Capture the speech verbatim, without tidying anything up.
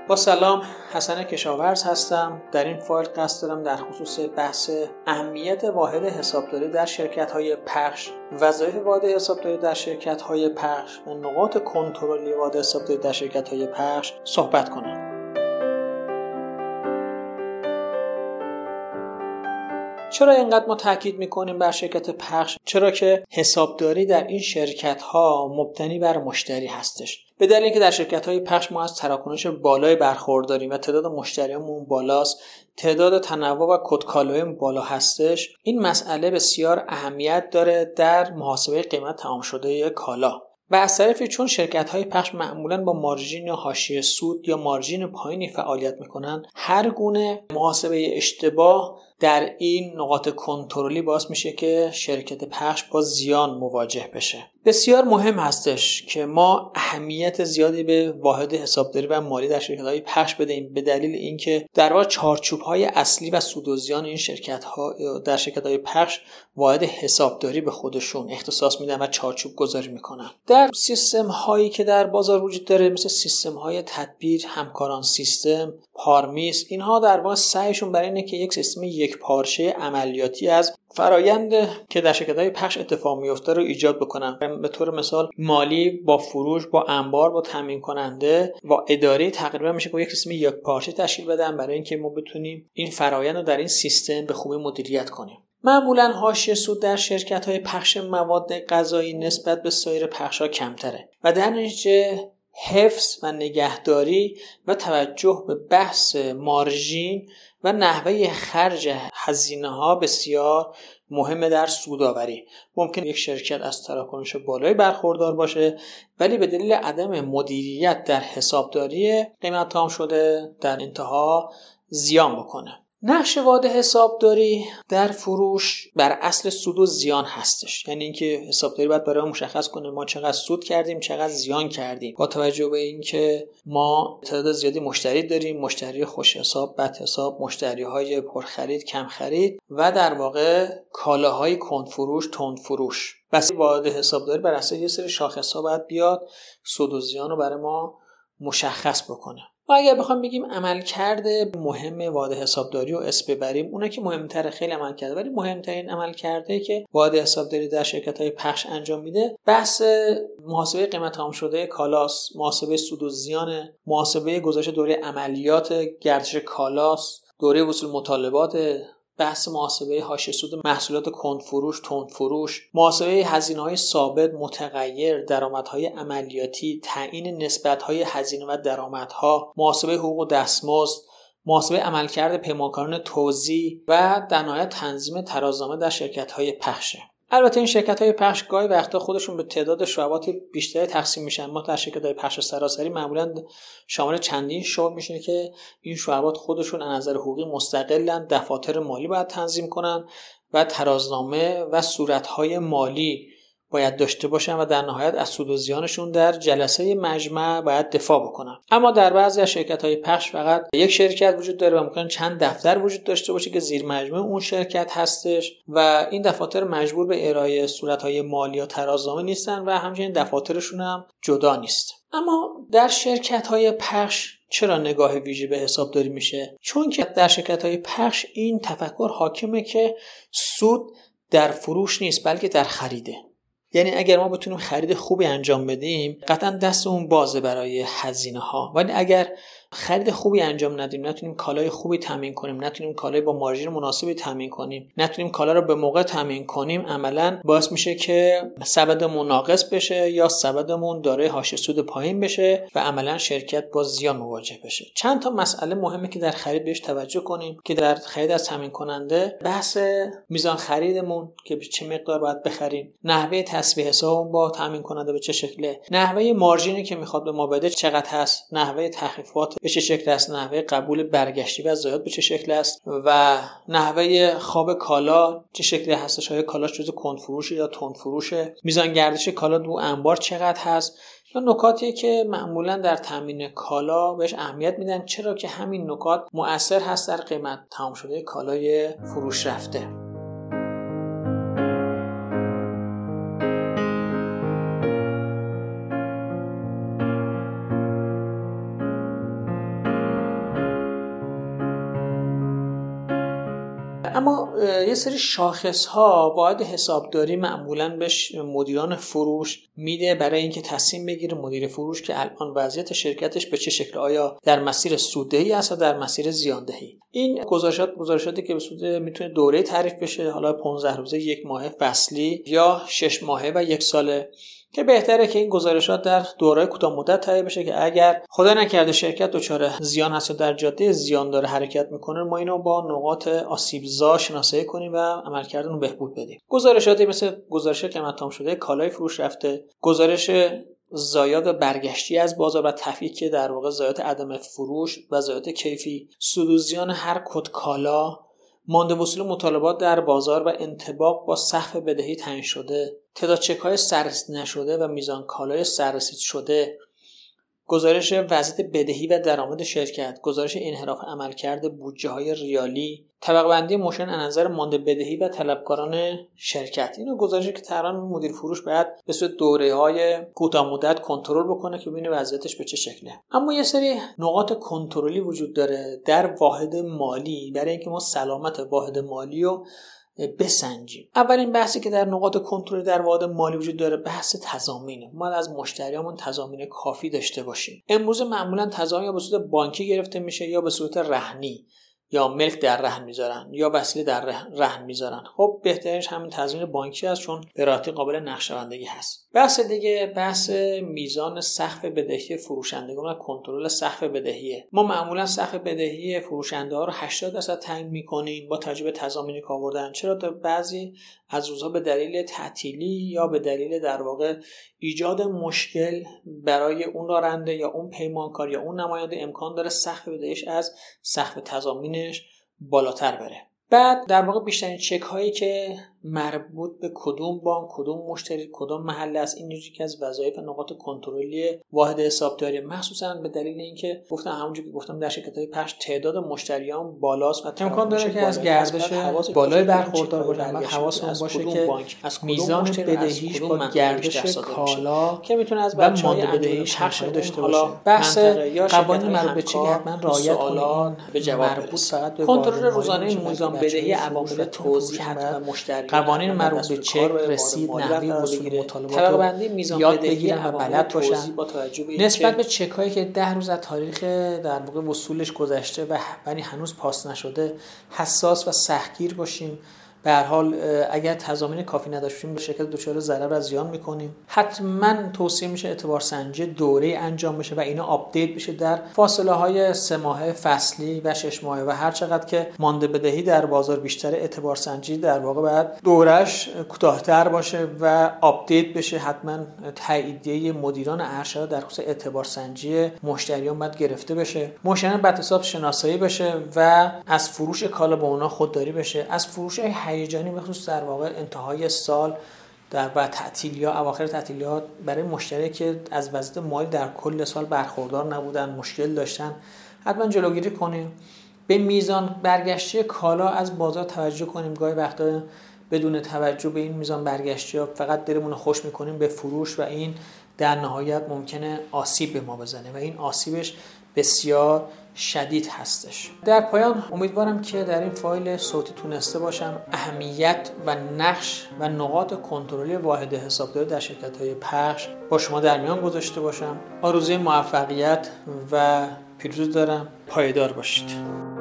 با سلام، حسن کشاورز هستم. در این فایل قصد دارم در خصوص بحث اهمیت واحد حسابداری در شرکت‌های پخش، وظایف واحد حسابداری در شرکت‌های پخش و نقاط کنترلی واحد حسابداری در شرکت‌های پخش صحبت کنم. چرا اینقدر ما تاکید میکنیم بر شرکت پخش؟ چرا که حسابداری در این شرکت‌ها مبتنی بر مشتری هستش. به دلیل اینکه در شرکت‌های پخش ما از تراکنش بالای برخورداریم و تعداد مشتریامون بالاست، تعداد تنوع و کد کالایمون بالا هستش. این مسئله بسیار اهمیت داره در محاسبه قیمت تمام شده کالا. و از طرفی چون شرکت‌های پخش معمولاً با مارژین یا حاشیه سود یا مارژین پایینی فعالیت می‌کنن، هر گونه محاسبه اشتباه در این نقاط کنترلی باعث میشه که شرکت پخش با زیان مواجه بشه. بسیار مهم هستش که ما اهمیت زیادی به واحد حسابداری و مالی در شرکت‌های پخش بدهیم، به دلیل اینکه در واقع چارچوب‌های اصلی و سود و زیان این شرکت‌ها در شرکت‌های پخش واحد حسابداری به خودشون اختصاص میدن و چارچوب گذاری میکنن. در سیستم‌هایی که در بازار وجود داره مثل سیستم‌های تدبیر، همکاران سیستم، پارمیس، اینها در واقع سعیشون برای اینه که یک سیستم یک پارچه عملیاتی از فرایند که در شرکت‌های پخش اتفاق میفته رو ایجاد بکنن. به طور مثال مالی با فروش، با انبار، با تامین کننده، با اداره تقریبا میشه که یک سیستم یک پارچه تشکیل بدن برای اینکه ما بتونیم این فرایند رو در این سیستم به خوبی مدیریت کنیم. معمولاً حاشیه سود در شرکت‌های پخش مواد غذایی نسبت به سایر پخش‌ها کمتره و در نتیجه حفظ و نگهداری و توجه به بحث مارژین و نحوه خرج هزینه‌ها بسیار مهمه در سودآوری. ممکن یک شرکت از تراکنش بالایی برخوردار باشه ولی به دلیل عدم مدیریت در حسابداری قیمت تمام شده در انتها زیان بکنه. نقش واحد حسابداری در فروش بر اصل سود و زیان هستش، یعنی اینکه حسابداری باید برای ما مشخص کنه ما چقدر سود کردیم، چقدر زیان کردیم، با توجه به اینکه ما تعداد زیادی مشتری داریم، مشتری خوش حساب، بد حساب، مشتری‌های پرخرید، کم خرید و در واقع کالاهای کند فروش، تند فروش. بس واحد حسابداری بر اساس یه سری شاخص‌ها باید بیاد سود و زیان رو برای ما مشخص بکنه. و اگر بخوام بگیم عملکرد مهم واحد حسابداری رو اسم ببریم، اونه که مهمتره، خیلی عملکرد، ولی مهمترین عملکرده که واحد حسابداری در شرکت‌های پخش انجام میده بحث محاسبه قیمت تمام شده کالاست، محاسبه سود و زیان، محاسبه گزارش دوره عملیات گردش کالاست، دوره وصول مطالبات، بحث محاسبه حاشیه سود محصولات کند فروش، تند فروش، محاسبه هزینه‌های ثابت، متغیر، درآمدهای عملیاتی، تعیین نسبت‌های هزینه و درآمدها، محاسبه حقوق و دستمزد، محاسبه عملکرد پیمانکاران توزیع و در نهایت تنظیم ترازنامه در شرکت‌های پخشه. البته این شرکت‌های پخش گاهی وقتا خودشون به تعداد شعبات بیشتری تقسیم میشن. ما در شرکت‌های پخش سراسری معمولاً شامل چندین شعبه میشه که این شعبات خودشون از نظر حقوقی مستقلن، دفاتر مالی باید تنظیم کنن و ترازنامه و صورت‌های مالی باید داشته باشن و در نهایت از سود و زیانشون در جلسه مجمع باید دفاع بکنن. اما در بعضی از شرکت‌های پخش فقط یک شرکت وجود داره و ممکن چند دفتر وجود داشته باشه که زیر مجموعه اون شرکت هستش و این دفاتر مجبور به ارائه صورت‌های مالی یا ترازنامه نیستن و همچنین دفاترشون هم جدا نیست. اما در شرکت‌های پخش چرا نگاه ویژه به حسابداری میشه؟ چون که در شرکت‌های پخش این تفکر حاکمه که سود در فروش نیست بلکه در خریده. یعنی اگر ما بتونیم خرید خوبی انجام بدیم قطعا دستمون بازه برای هزینه ها، ولی اگر خرید خوبی انجام ندیم، نتونیم کالای خوبی تامین کنیم، نتونیم کالای با مارژین مناسبی تامین کنیم، نتونیم کالا رو به موقع تامین کنیم، عملاً باعث میشه که سبدمون ناقص بشه یا سبدمون دارای حاشیه سود پایین بشه و عملاً شرکت با زیان مواجه بشه. چند تا مسئله مهمه که در خرید بهش توجه کنیم که در خرید از تامین کننده بحث میزان خریدمون که به چه مقدار باید بخریم، نحوه تسبیح حسابمون با تامین کننده به چه شکله، نحوه مارژینی که میخواد به ما بده چقدر هست، نحوه تخفیفات به چه شکل است، نحوه قبول برگشتی و زایات به چه شکل است و نحوه خواب کالا چه شکلی هستش، آیا کالاش جزء کند فروشه یا تند فروشه، میزان گردش کالا دو انبار چقدر هست، یا نکاتی که معمولا در تامین کالا بهش اهمیت میدن، چرا که همین نکات مؤثر هست در قیمت تمام شده کالای فروش رفته. یه سری شاخص ها واحد حسابداری معمولاً به مدیران فروش میده برای اینکه تصمیم بگیره مدیر فروش که الان وضعیت شرکتش به چه شکل، آیا در مسیر سوددهی است یا در مسیر زیاندهی. این گزارشات گزارشاتی که به صورت میتونه دوره تعریف بشه، حالا پانزده روزه، یک ماهه، فصلی یا شش ماهه و یک ساله، که بهتره که این گزارشات در دوره‌های کوتاه مدت تهیه بشه که اگر خدا نکرده شرکت دچار زیان هست و در جاده زیان داره حرکت میکنه، ما اینو با نقاط آسیبزا شناسایی کنیم و عملکرد اون رو بهبود بدیم. گزارشاتی مثل گزارش قیمت تمام شده کالای فروش رفته، گزارش ضایعات و برگشتی از بازار و تفکیک در واقع ضایعات عدم فروش و ضایعات کیفی، سود و زیان هر کد کالا، مانده وصول مطالبات در بازار و انطباق با سقف بدهی تعیین شده، تعداد چک‌های سررسید نشده و میزان کالای سررسید شده، گزارش وضعیت بدهی و درآمد شرکت، گزارش انحراف عملکرد بودجه‌های ریالی، طبقه بندی موشن از نظر مانده بدهی و طلبکاران شرکت. اینو گزارشی که طبعا مدیر فروش باید به صورت دوره‌های کوتاه مدت کنترل بکنه که ببینه وضعیتش به چه شکله. اما یه سری نقاط کنترلی وجود داره در واحد مالی برای اینکه ما سلامت واحد مالی رو بسنجیم. اولین بحثی که در نقاط کنترل در واحد مالی وجود داره بحث تضامینه. ما از مشتریامون تضامین کافی داشته باشیم. امروز معمولا تضامین یا به صورت بانکی گرفته میشه یا به صورت رهنی، یا ملک در رهن میذارن یا وسیله در رهن میذارن. خب بهترینش همین تضمین بانکی است چون به راحتی قابل نقشه‌بندی هست. بحث دیگه بحث میزان سقف بدهی فروشندگان و کنترل سقف بدهیه. ما معمولا سقف بدهی فروشنده ها رو هشتاد درصد تعیین میکنیم با توجه به تضامینی که آوردن. چرا تا بعضی از روزها به دلیل تعطیلی یا به دلیل در واقع ایجاد مشکل برای اون راننده یا اون پیمانکار یا اون نماینده امکان داره سقف بدهیش از سقف تضامینش بالاتر بره. بعد در واقع بیشترین چک هایی که مربوط به کدوم بانک، کدوم مشتری، کدوم محله است، این یکی از وظایف نقاط کنترلی واحد حسابداری، مخصوصا به دلیل اینکه گفتم همونجوری که گفتم در شرکت‌های پخش تعداد مشتریان بالاست و امکان داره که از گردش بالای برخوردار باشن. بعد حواسمون باشه که میزان بدهیش با گردش کالا که میتونه از بچه‌های بدهیش پخش داشته باشه. بحث قوانین مربوط به چک حتما رعایت کنید. به جواب مربوط فقط به کنترل روزانه میزان بدهی عوامل توزیع حتما مشتری، قوانین مربوط به چک، رسید، نحوی وصول مطالبات، طبقه بندی میزان بدهی و بلد باشن نسبت به چک هایی که ده روز از تاریخ در واقع وصولش گذشته و ولی هنوز پاس نشده حساس و سختگیر باشیم. به هر حال اگر تضامین کافی نداشتیم به شرکت دچار ضرر و زیان میکنیم. حتما توصیه میشه اعتبار سنجی دوره انجام بشه و اینا آپدیت بشه در فاصله های سه ماهه، فصلی و شش ماهه و هر چقدر که مانده بدهی در بازار بیشتره اعتبار سنجی در واقع باید دورش کوتاه‌تر باشه و آپدیت بشه. حتما تاییدیه مدیران ارشد در خصوص اعتبار سنجی مشتریان باید گرفته بشه. مشتریان بعد حساب شناسایی بشه و از فروش کالا به اونا خودداری بشه. از فروش هیجانی بخصوص در واقع انتهای سال در و تعطیلی ها، اواخر تعطیلی ها برای مشتری که از وضعیت مالی در کل سال برخوردار نبودن، مشکل داشتن، حتما جلوگیری کنیم. به میزان برگشتی کالا از بازار توجه کنیم. گاهی وقتا بدون توجه به این میزان برگشتی ها فقط دلمون خوش میکنیم به فروش و این در نهایت ممکنه آسیب به ما بزنه و این آسیبش بسیار شدید هستش. در پایان امیدوارم که در این فایل صوتی تونسته باشم اهمیت و نقش و نقاط کنترلی واحد حسابداری در شرکت‌های پخش با شما در میان گذاشته باشم. آرزوی موفقیت و پیروزی دارم. پایدار باشید.